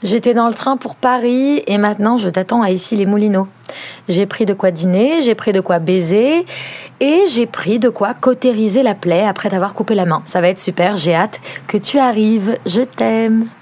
J'étais dans le train pour Paris et maintenant je t'attends à Issy-les-Moulineaux. J'ai pris de quoi dîner, j'ai pris de quoi baiser et j'ai pris de quoi cautériser la plaie après t'avoir coupé la main. Ça va être super, j'ai hâte que tu arrives. Je t'aime.